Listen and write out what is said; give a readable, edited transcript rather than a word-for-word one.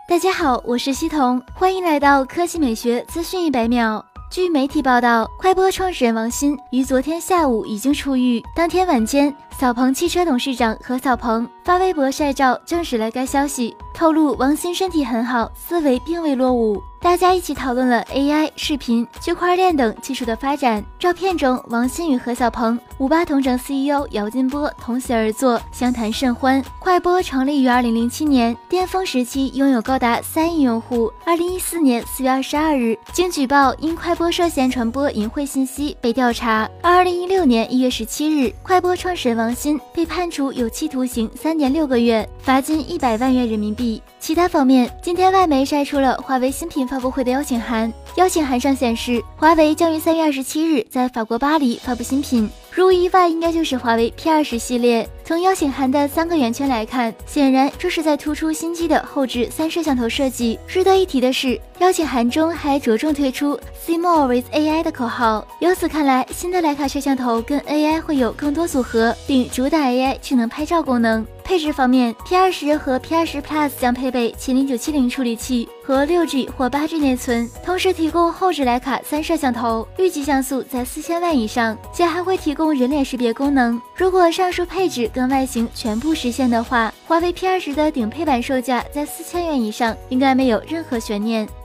大家好，我是西彤，欢迎来到科技美学资讯100秒。据媒体报道，快播创始人王鑫于昨天下午已经出狱。当天晚间，小鹏汽车董事长何小鹏发微博晒照，证实了该消息，透露王鑫身体很好，思维并未落伍。大家一起讨论了 AI、视频、区块链等技术的发展。照片中，王鑫与何小鹏、58同城 CEO 姚劲波同席而坐，相谈甚欢。快播成立于2007年，巅峰时期拥有高达3亿用户。2014年4月22日，经举报因快播涉嫌传播淫秽信息被调查。2016年1月17日，快播创始人王鑫被判处有期徒刑3.6个月，罚金100万元人民币。其他方面，今天外媒晒出了华为新品发布会的邀请函，邀请函上显示，华为将于3月27日在法国巴黎发布新品，如无意外，应该就是华为 P20 系列。从邀请函的3个圆圈来看，显然这是在突出新机的后置3摄像头设计。值得一提的是，邀请函中还着重推出 See More with AI 的口号。由此看来，新的徕卡摄像头跟 AI 会有更多组合，并主打 AI 智能拍照功能。配置方面 ，P20 和 P20 Plus 将配备麒麟970处理器和6G 或8G 内存，同时提供后置徕卡3摄像头，预计像素在4000万以上，且还会提供人脸识别功能。如果上述配置跟外形全部实现的话，华为 P20 的顶配版售价在4000元以上，应该没有任何悬念。